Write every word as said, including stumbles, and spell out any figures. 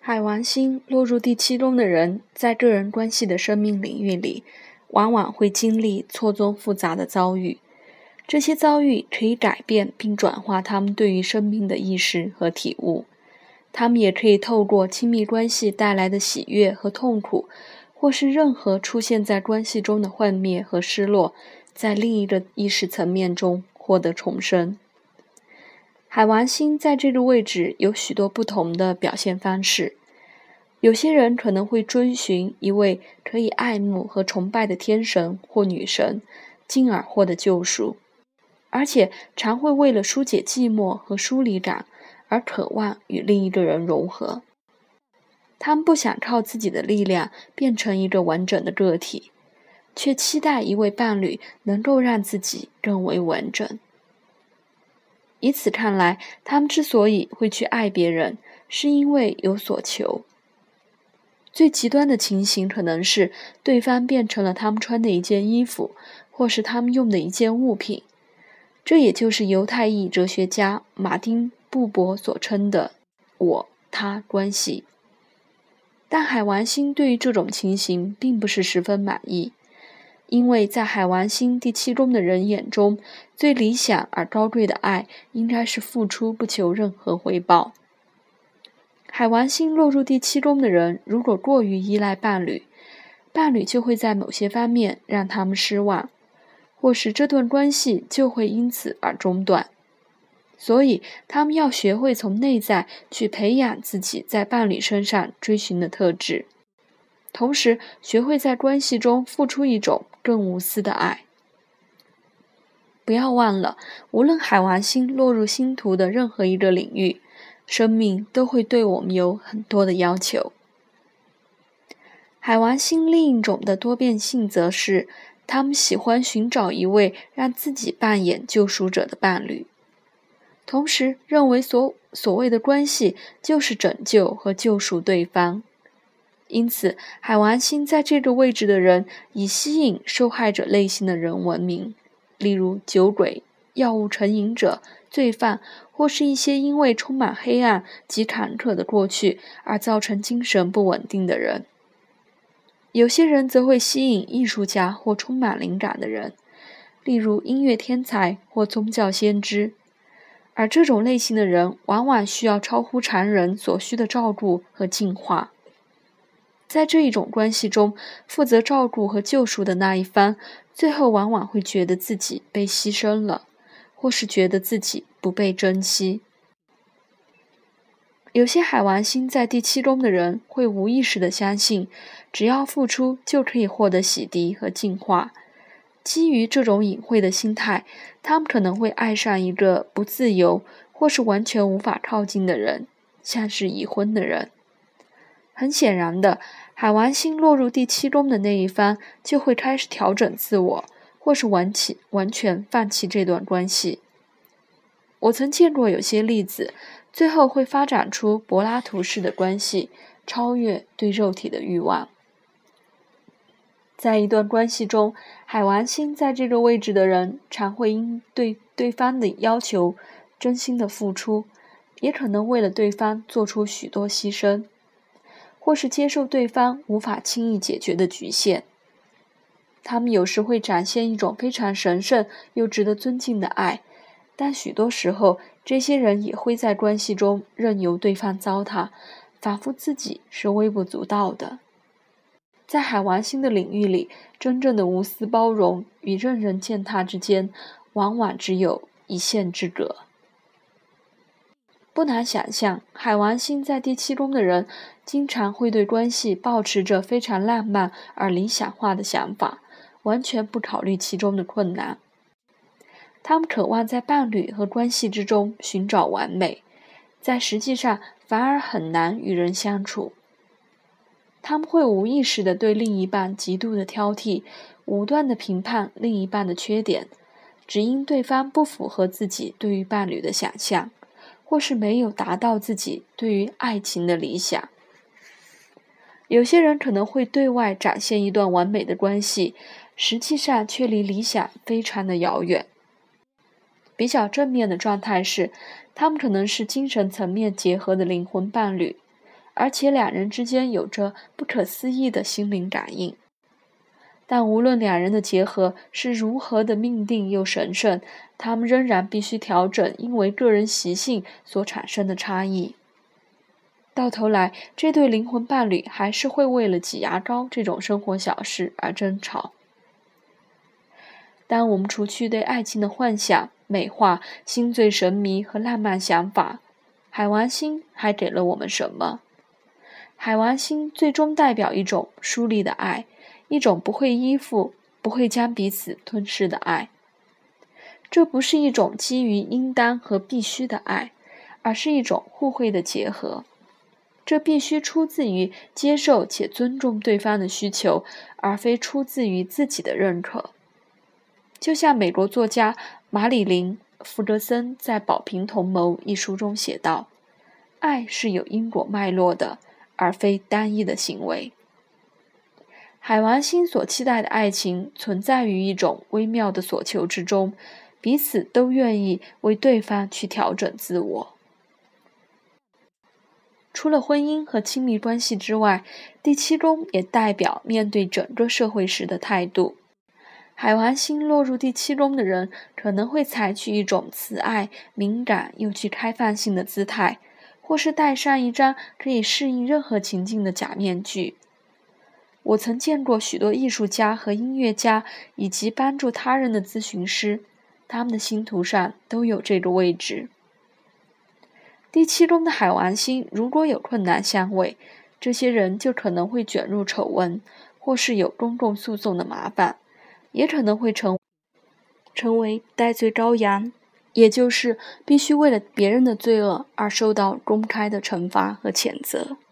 海王星落入第七宫的人，在个人关系的生命领域里，往往会经历错综复杂的遭遇。这些遭遇可以改变并转化他们对于生命的意识和体悟。他们也可以透过亲密关系带来的喜悦和痛苦，或是任何出现在关系中的幻灭和失落，在另一个意识层面中获得重生。海王星在这个位置有许多不同的表现方式。有些人可能会追寻一位可以爱慕和崇拜的天神或女神，进而获得救赎，而且常会为了疏解寂寞和疏离感而渴望与另一个人融合。他们不想靠自己的力量变成一个完整的个体，却期待一位伴侣能够让自己更为完整。以此看来，他们之所以会去爱别人，是因为有所求。最极端的情形可能是对方变成了他们穿的一件衣服，或是他们用的一件物品。这也就是犹太裔哲学家马丁·布伯所称的我他关系。但海王星对于这种情形并不是十分满意，因为在海王星第七宫的人眼中，最理想而高贵的爱应该是付出不求任何回报。海王星落入第七宫的人，如果过于依赖伴侣，伴侣就会在某些方面让他们失望，或是这段关系就会因此而中断。所以，他们要学会从内在去培养自己在伴侣身上追寻的特质，同时学会在关系中付出一种更无私的爱。不要忘了，无论海王星落入星图的任何一个领域，生命都会对我们有很多的要求。海王星另一种的多变性则是，他们喜欢寻找一位让自己扮演救赎者的伴侣，同时认为所所谓的关系就是拯救和救赎对方。因此，海王星在这个位置的人以吸引受害者类型的人闻名，例如酒鬼、药物成瘾者、罪犯，或是一些因为充满黑暗及坎坷的过去而造成精神不稳定的人。有些人则会吸引艺术家或充满灵感的人，例如音乐天才或宗教先知。而这种类型的人往往需要超乎常人所需的照顾和净化。在这一种关系中，负责照顾和救赎的那一方，最后往往会觉得自己被牺牲了，或是觉得自己不被珍惜。有些海王星在第七宫的人会无意识地相信，只要付出就可以获得洗涤和净化。基于这种隐晦的心态，他们可能会爱上一个不自由或是完全无法靠近的人，像是已婚的人。很显然的，海王星落入第七宫的那一方就会开始调整自我，或是完起完全放弃这段关系。我曾见过有些例子，最后会发展出柏拉图式的关系，超越对肉体的欲望。在一段关系中，海王星在这个位置的人常会因对对方的要求真心的付出，也可能为了对方做出许多牺牲，或是接受对方无法轻易解决的局限。他们有时会展现一种非常神圣又值得尊敬的爱，但许多时候，这些人也会在关系中任由对方糟蹋，仿佛自己是微不足道的。在海王星的领域里，真正的无私包容与任人践踏之间，往往只有一线之隔。不难想象，海王星在第七宫的人经常会对关系抱持着非常浪漫而理想化的想法，完全不考虑其中的困难。他们渴望在伴侣和关系之中寻找完美，在实际上反而很难与人相处。他们会无意识地对另一半极度的挑剔，武断地评判另一半的缺点，只因对方不符合自己对于伴侣的想象，或是没有达到自己对于爱情的理想。有些人可能会对外展现一段完美的关系，实际上却离理想非常的遥远。比较正面的状态是，他们可能是精神层面结合的灵魂伴侣， 而且两人之间有着不可思议的心灵感应。但无论两人的结合是如何的命定又神圣，他们仍然必须调整因为个人习性所产生的差异。到头来，这对灵魂伴侣还是会为了挤牙膏这种生活小事而争吵。当我们除去对爱情的幻想、美化、心醉神迷和浪漫想法，海王星还给了我们什么？海王星最终代表一种疏离的爱，一种不会依附、不会将彼此吞噬的爱。这不是一种基于应当和必须的爱，而是一种互惠的结合。这必须出自于接受且尊重对方的需求，而非出自于自己的认可。就像美国作家马里琳·福德森在《宝瓶同谋》一书中写道：爱是有因果脉络的，而非单一的行为。海王星所期待的爱情存在于一种微妙的所求之中，彼此都愿意为对方去调整自我。除了婚姻和亲密关系之外，第七宫也代表面对整个社会时的态度。海王星落入第七宫的人可能会采取一种慈爱、敏感又具开放性的姿态，或是戴上一张可以适应任何情境的假面具。我曾见过许多艺术家和音乐家以及帮助他人的咨询师，他们的星图上都有这个位置。第七宫的海王星如果有困难相位，这些人就可能会卷入丑闻，或是有公共诉讼的麻烦，也可能会成成为代罪羔羊，也就是必须为了别人的罪恶而受到公开的惩罚和谴责。